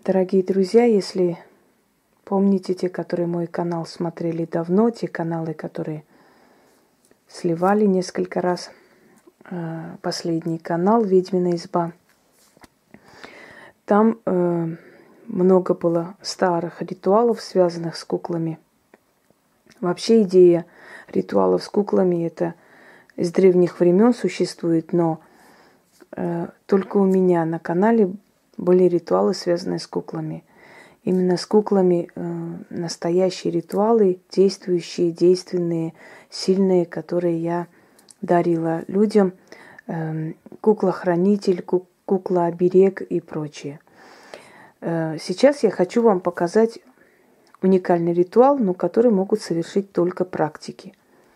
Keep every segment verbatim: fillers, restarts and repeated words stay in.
Дорогие друзья, если помните те, которые мой канал смотрели давно, те каналы, которые сливали несколько раз, последний канал «Ведьмина изба», там э, много было старых ритуалов, связанных с куклами. Вообще идея ритуалов с куклами это с древних времен существует, но э, только у меня на канале были ритуалы, связанные с куклами. Именно с куклами э, настоящие ритуалы, действующие, действенные, сильные, которые я дарила людям. Э, кукла-хранитель, ку- кукла-оберег и прочее. Э, сейчас я хочу вам показать уникальный ритуал, но который могут совершить только практики.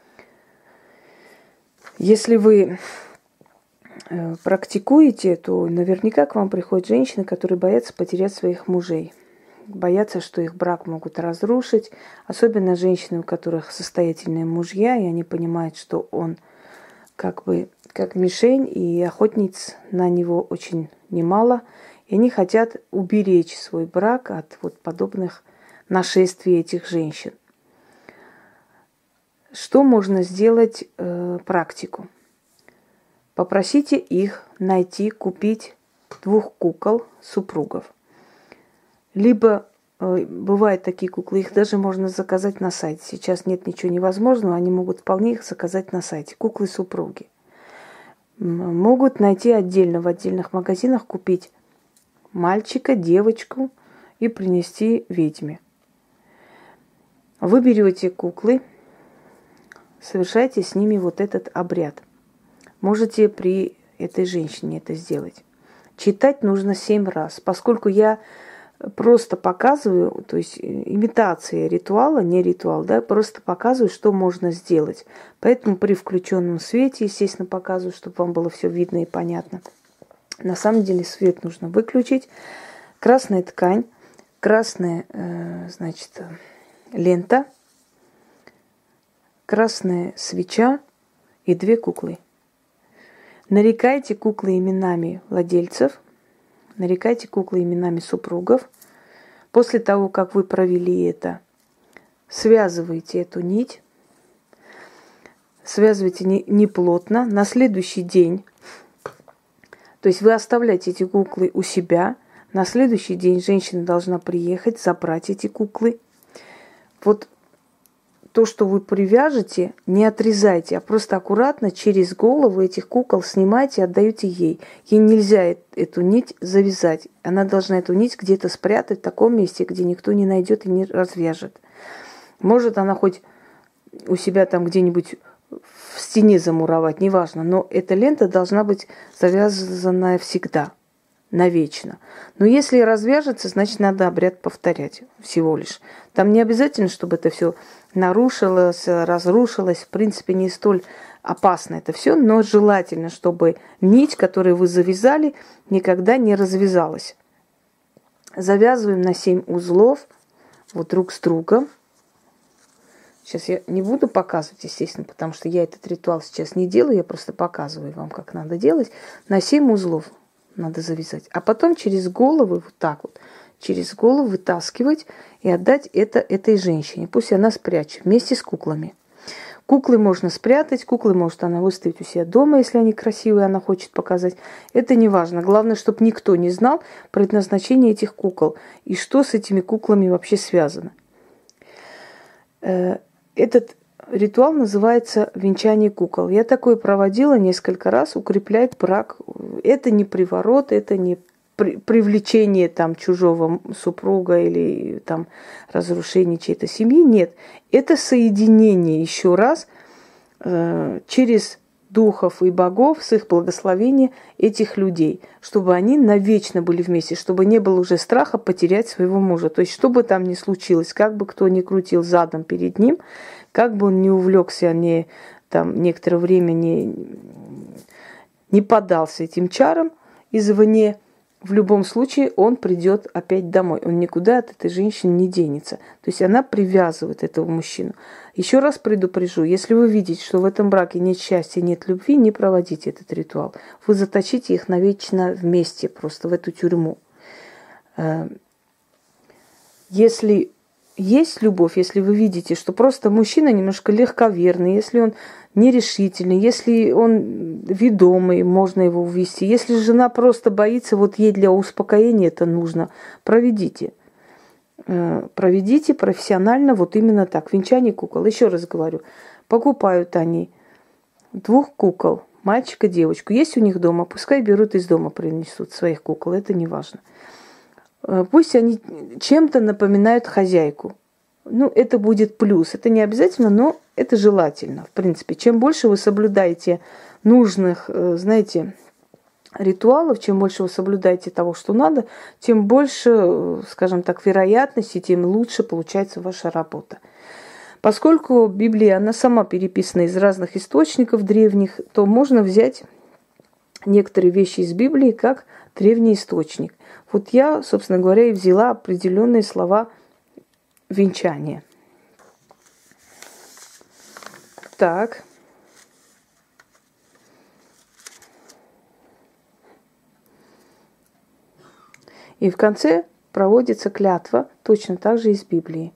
Если вы практикуете, то наверняка к вам приходят женщины, которые боятся потерять своих мужей. Боятся, что их брак могут разрушить. Особенно женщины, у которых состоятельные мужья, и они понимают, что он как бы как мишень, и охотниц на него очень немало. И они хотят уберечь свой брак от вот подобных нашествий этих женщин. Что можно сделать э, практику? Попросите их найти, купить двух кукол супругов. Либо э, бывают такие куклы, их даже можно заказать на сайте. Сейчас нет ничего невозможного, они могут вполне их заказать на сайте. Куклы-супруги. Могут найти отдельно, в отдельных магазинах купить мальчика, девочку и принести ведьме. Вы берете куклы, совершаете с ними вот этот обряд. Можете при этой женщине это сделать. Читать нужно семь раз. Поскольку я просто показываю, то есть имитация ритуала, не ритуал, да, просто показываю, что можно сделать. Поэтому при включенном свете, естественно, показываю, чтобы вам было все видно и понятно. На самом деле свет нужно выключить. Красная ткань, красная, э, значит, лента, красная свеча и две куклы. Нарекайте куклы именами владельцев, нарекайте куклы именами супругов. После того, как вы провели это, связывайте эту нить, связывайте не, не плотно. На следующий день, то есть вы оставляете эти куклы у себя, на следующий день женщина должна приехать, забрать эти куклы. Вот то, что вы привяжете, не отрезайте, а просто аккуратно через голову этих кукол снимайте и отдаете ей. Ей нельзя эту нить завязать. Она должна эту нить где-то спрятать в таком месте, где никто не найдет и не развяжет. Может она хоть у себя там где-нибудь в стене замуровать, неважно, но эта лента должна быть завязана всегда, навечно. Но если развяжется, значит, надо обряд повторять всего лишь. Там не обязательно, чтобы это все нарушилось, разрушилось. В принципе, не столь опасно это все, но желательно, чтобы нить, которую вы завязали, никогда не развязалась. Завязываем на семь узлов, вот друг с другом. Сейчас я не буду показывать, естественно, потому что я этот ритуал сейчас не делаю, я просто показываю вам, как надо делать. На семь узлов надо завязать. А потом через голову, вот так вот, через голову вытаскивать и отдать это этой женщине. Пусть она спрячет вместе с куклами. Куклы можно спрятать, куклы может она выставить у себя дома, если они красивые, она хочет показать. Это не важно. Главное, чтобы никто не знал предназначение этих кукол и что с этими куклами вообще связано. Этот ритуал называется «Венчание кукол». Я такое проводила несколько раз, укрепляет брак. Это не приворот, это не при, привлечение там, чужого супруга или там, разрушение чьей-то семьи. Нет, это соединение еще раз э, через духов и богов с их благословения этих людей, чтобы они навечно были вместе, чтобы не было уже страха потерять своего мужа. То есть, что бы там ни случилось, как бы кто ни крутил задом перед ним, как бы он не увлекся, не, там, некоторое время не, не поддался этим чарам извне, в любом случае он придет опять домой. Он никуда от этой женщины не денется. То есть она привязывает этого мужчину. Еще раз предупрежу, если вы видите, что в этом браке нет счастья, нет любви, не проводите этот ритуал. Вы заточите их навечно вместе, просто в эту тюрьму. Если есть любовь, если вы видите, что просто мужчина немножко легковерный, если он нерешительный, если он ведомый, можно его увести. Если жена просто боится, вот ей для успокоения это нужно, проведите. Проведите профессионально вот именно так. Венчание кукол. Еще раз говорю, покупают они двух кукол, мальчика, девочку. Есть у них дома, пускай берут из дома, принесут своих кукол, это не важно. Пусть они чем-то напоминают хозяйку. Ну, это будет плюс. Это не обязательно, но это желательно, в принципе. Чем больше вы соблюдаете нужных, знаете, ритуалов, чем больше вы соблюдаете того, что надо, тем больше, скажем так, вероятности, тем лучше получается ваша работа. Поскольку Библия, она сама переписана из разных источников древних, то можно взять некоторые вещи из Библии как древний источник. Вот я, собственно говоря, и взяла определенные слова венчания. Так. И в конце проводится клятва, точно так же из Библии.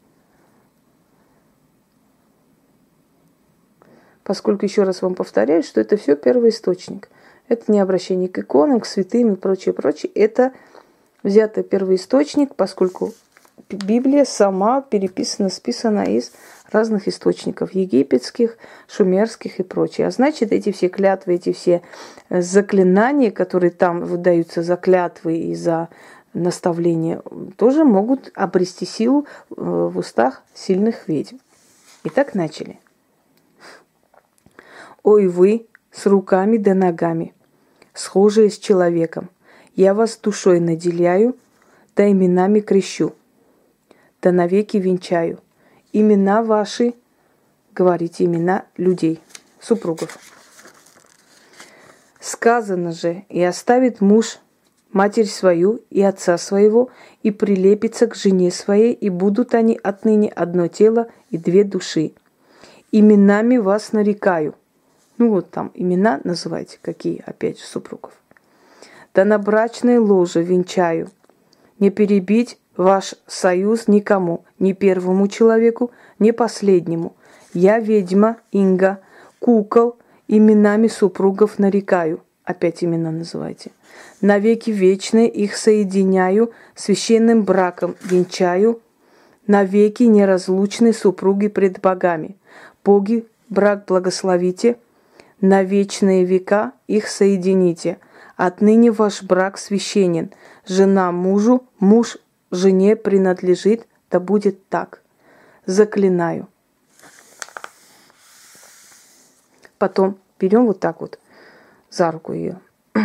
Поскольку, еще раз вам повторяю, что это все первоисточник. Это не обращение к иконам, к святым и прочее, прочее. Это взятый первоисточник, поскольку Библия сама переписана, списана из разных источников, египетских, шумерских и прочее. А значит, эти все клятвы, эти все заклинания, которые там выдаются за клятвы и за наставления, тоже могут обрести силу в устах сильных ведьм. Итак, начали. «Ой вы, с руками да ногами, схожие с человеком, я вас душой наделяю, да именами крещу, да навеки венчаю. Имена ваши, говорите, имена людей, супругов. Сказано же, и оставит муж матерь свою и отца своего, и прилепится к жене своей, и будут они отныне одно тело и две души. Именами вас нарекаю». Ну вот там имена называйте, какие, опять же, супругов. «Да на брачное ложе венчаю, не перебить ваш союз никому, ни первому человеку, ни последнему. Я ведьма Инга, кукол, именами супругов нарекаю». Опять имена называйте. «Навеки вечные их соединяю, священным браком венчаю, навеки неразлучные супруги пред богами. Боги, брак благословите, на вечные века их соедините. Отныне ваш брак священен. Жена мужу, муж жене принадлежит, да будет так. Заклинаю». Потом берем вот так вот за руку ее.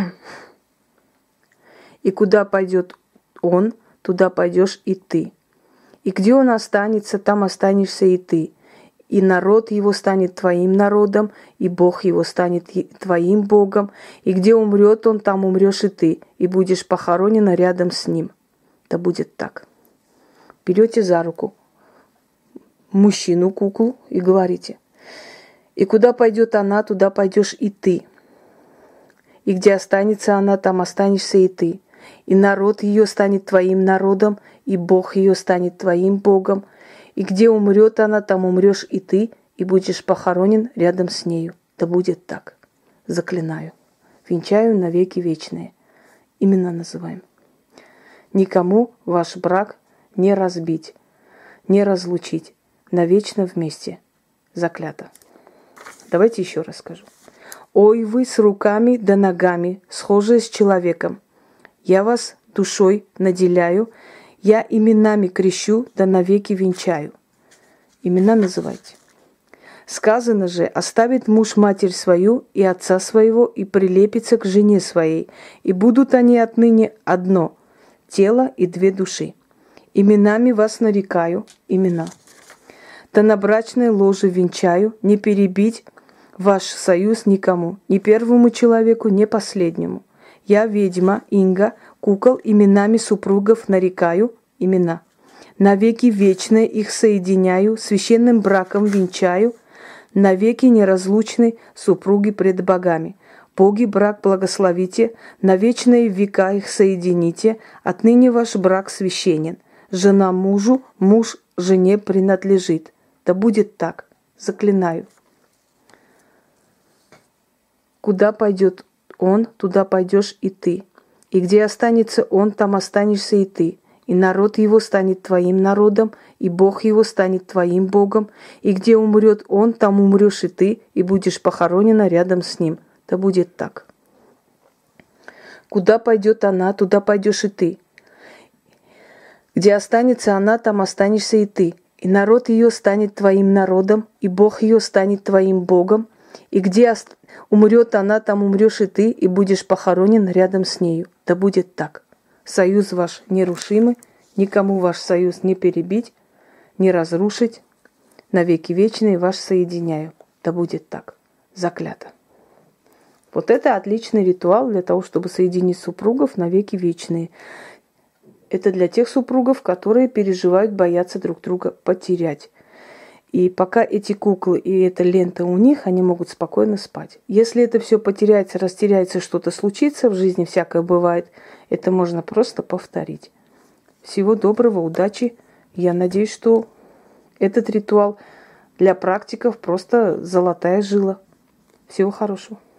«И куда пойдет он, туда пойдешь и ты. И где он останется, там останешься и ты. И народ его станет твоим народом, и Бог его станет твоим Богом. И где умрет он, там умрешь и ты, и будешь похоронена рядом с ним. Да будет так». Берете за руку мужчину, куклу, и говорите: «И куда пойдет она, туда пойдешь и ты. И где останется она, там останешься и ты. И народ ее станет твоим народом, и Бог ее станет твоим Богом. И где умрет она, там умрешь и ты, и будешь похоронен рядом с нею. Да будет так. Заклинаю. Венчаю навеки вечные». Именно называем. «Никому ваш брак не разбить, не разлучить. Навечно вместе. Заклято». Давайте еще раз скажу. «Ой вы с руками да ногами, схожие с человеком. Я вас душой наделяю, я именами крещу, да навеки венчаю». Имена называйте. Сказано же, оставит муж матерь свою и отца своего, и прилепится к жене своей, и будут они отныне одно тело и две души. Именами вас нарекаю, имена. Да на брачное ложе венчаю, не перебить ваш союз никому, ни первому человеку, ни последнему. Я ведьма Инга, кукол, именами супругов нарекаю, имена. Навеки вечные их соединяю, священным браком венчаю, навеки неразлучны супруги пред богами. Боги, брак благословите, на вечные века их соедините, отныне ваш брак священен. жена мужу, муж жене принадлежит. Да будет так, заклинаю. Куда пойдет он, туда пойдешь и ты. И где останется он, там останешься и ты. И народ его станет твоим народом, и Бог его станет твоим Богом. И где умрет он, там умрешь и ты, и будешь похоронена рядом с ним. Да будет так. Куда пойдет она, туда пойдешь и ты. Где останется она, там останешься и ты. И народ ее станет твоим народом, и Бог ее станет твоим Богом. И где умрет она, там умрешь и ты, и будешь похоронен рядом с нею. Да будет так. Союз ваш нерушимый, никому ваш союз не перебить, не разрушить. Навеки вечные ваш соединяю. Да будет так. Заклято. Вот это отличный ритуал для того, чтобы соединить супругов навеки вечные. Это для тех супругов, которые переживают, боятся друг друга потерять. И пока эти куклы и эта лента у них, они могут спокойно спать. Если это все потеряется, растеряется, что-то случится, в жизни всякое бывает, это можно просто повторить. Всего доброго, удачи. Я надеюсь, что этот ритуал для практиков просто золотая жила. Всего хорошего.